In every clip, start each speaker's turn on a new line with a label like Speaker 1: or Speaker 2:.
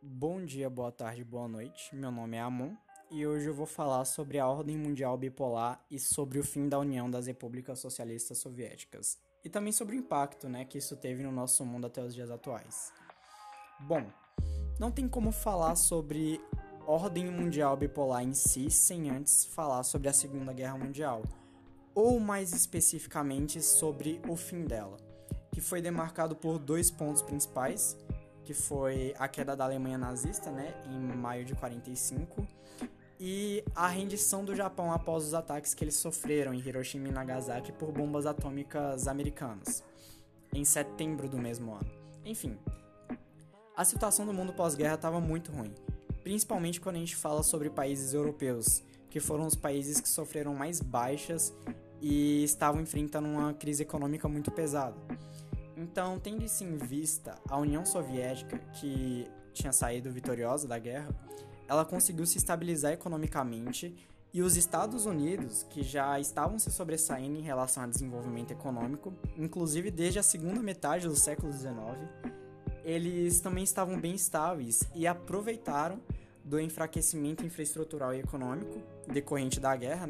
Speaker 1: Bom dia, boa tarde, boa noite. Meu nome é Amon e hoje eu vou falar sobre a Ordem Mundial Bipolar e sobre o fim da União das Repúblicas Socialistas Soviéticas. E também sobre o impacto, que isso teve no nosso mundo até os dias atuais. Bom, não tem como falar sobre Ordem Mundial Bipolar em si sem antes falar sobre a Segunda Guerra Mundial, ou mais especificamente sobre o fim dela, que foi demarcado por dois pontos principais, que foi a queda da Alemanha nazista, em maio de 45, e a rendição do Japão após os ataques que eles sofreram em Hiroshima e Nagasaki por bombas atômicas americanas, em setembro do mesmo ano. Enfim, a situação do mundo pós-guerra estava muito ruim, principalmente quando a gente fala sobre países europeus, que foram os países que sofreram mais baixas e estavam enfrentando uma crise econômica muito pesada. Então, tendo isso em vista, a União Soviética, que tinha saído vitoriosa da guerra, ela conseguiu se estabilizar economicamente e os Estados Unidos, que já estavam se sobressaindo em relação ao desenvolvimento econômico, inclusive desde a segunda metade do século XIX, eles também estavam bem estáveis e aproveitaram do enfraquecimento infraestrutural e econômico decorrente da guerra,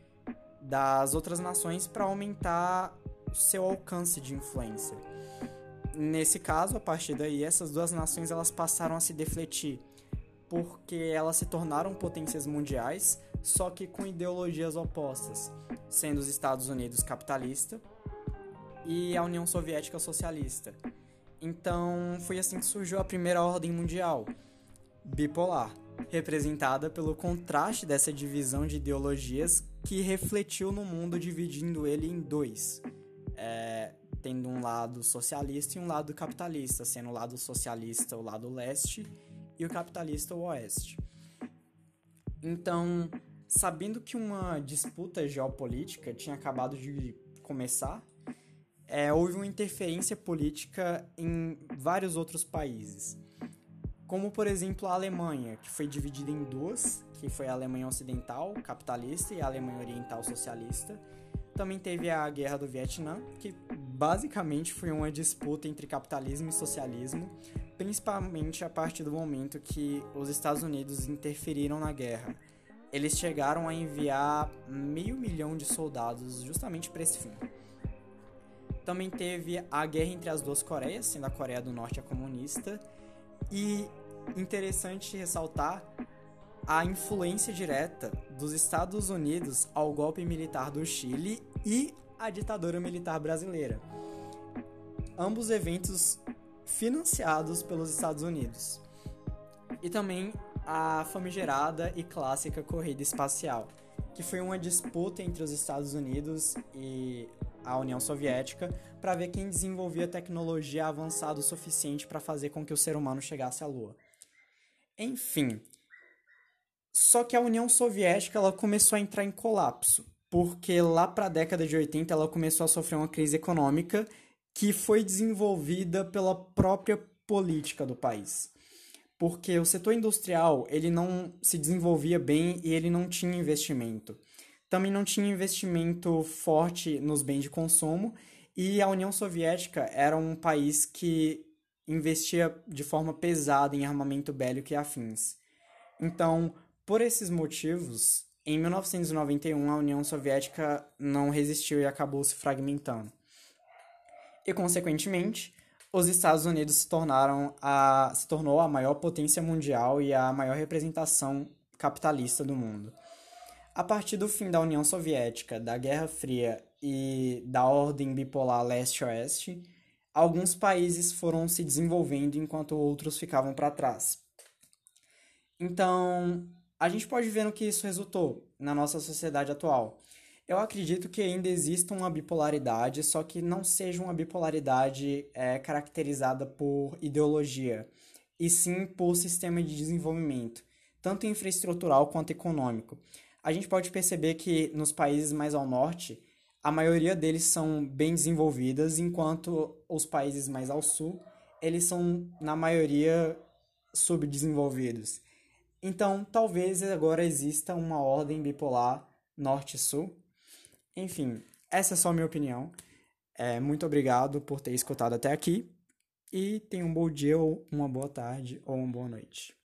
Speaker 1: das outras nações para aumentar o seu alcance de influência. Nesse caso, a partir daí, essas duas nações elas passaram a se defletir, porque elas se tornaram potências mundiais, só que com ideologias opostas, sendo os Estados Unidos capitalista e a União Soviética socialista. Então, foi assim que surgiu a primeira ordem mundial, bipolar, representada pelo contraste dessa divisão de ideologias que refletiu no mundo dividindo ele em dois, tendo um lado socialista e um lado capitalista, sendo o lado socialista o lado leste e o capitalista o oeste. Então, sabendo que uma disputa geopolítica tinha acabado de começar, houve uma interferência política em vários outros países, como, por exemplo, a Alemanha, que foi dividida em duas, que foi a Alemanha Ocidental, capitalista, e a Alemanha Oriental, socialista. Também teve a Guerra do Vietnã, que basicamente foi uma disputa entre capitalismo e socialismo, principalmente a partir do momento que os Estados Unidos interferiram na guerra. Eles chegaram a enviar 500 mil de soldados justamente para esse fim. Também teve a guerra entre as duas Coreias, sendo a Coreia do Norte a comunista, e interessante ressaltar a influência direta dos Estados Unidos ao golpe militar do Chile e à ditadura militar brasileira. Ambos eventos financiados pelos Estados Unidos. E também a famigerada e clássica corrida espacial, que foi uma disputa entre os Estados Unidos e a União Soviética para ver quem desenvolvia tecnologia avançada o suficiente para fazer com que o ser humano chegasse à Lua. Enfim, só que a União Soviética ela começou a entrar em colapso, porque lá para a década de 80 ela começou a sofrer uma crise econômica que foi desenvolvida pela própria política do país. Porque o setor industrial ele não se desenvolvia bem e ele não tinha investimento. Também não tinha investimento forte nos bens de consumo e a União Soviética era um país que investia de forma pesada em armamento bélico e afins. Então, por esses motivos, em 1991 a União Soviética não resistiu e acabou se fragmentando. E, consequentemente, os Estados Unidos se tornou a maior potência mundial e a maior representação capitalista do mundo. A partir do fim da União Soviética, da Guerra Fria e da ordem bipolar leste-oeste, alguns países foram se desenvolvendo enquanto outros ficavam para trás. Então, a gente pode ver no que isso resultou na nossa sociedade atual. Eu acredito que ainda exista uma bipolaridade, só que não seja uma bipolaridade caracterizada por ideologia, e sim por sistema de desenvolvimento, tanto infraestrutural quanto econômico. A gente pode perceber que nos países mais ao norte, a maioria deles são bem desenvolvidas, enquanto os países mais ao sul, eles são, na maioria, subdesenvolvidos. Então, talvez agora exista uma ordem bipolar norte-sul. Enfim, essa é só a minha opinião. Muito obrigado por ter escutado até aqui e tenha um bom dia, ou uma boa tarde, ou uma boa noite.